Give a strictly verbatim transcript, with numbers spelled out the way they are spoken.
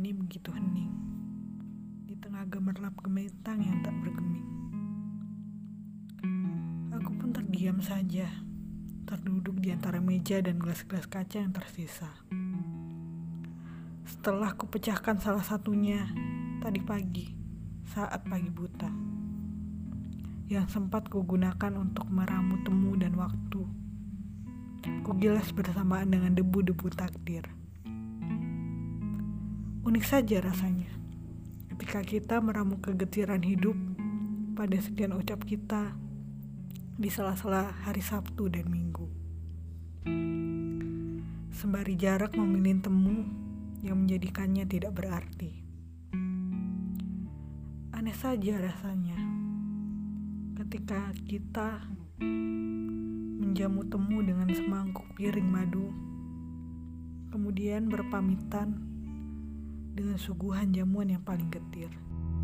ini begitu hening, di tengah gemerlap gemintang yang tak bergeming. Aku pun terdiam saja, terduduk di antara meja dan gelas-gelas kaca yang tersisa. Setelah ku pecahkan salah satunya tadi pagi, saat pagi buta, yang sempat ku gunakan untuk meramu temu dan waktu. Ku gilas bersamaan dengan debu-debu takdir. Unik saja rasanya ketika kita meramu kegetiran hidup pada sekian ucap kita di sela-sela hari Sabtu dan Minggu. Sembari jarak memilih temu yang menjadikannya tidak berarti. Aneh saja rasanya ketika kita menjamu temu dengan semangkuk piring madu, kemudian berpamitan dengan suguhan jamuan yang paling getir.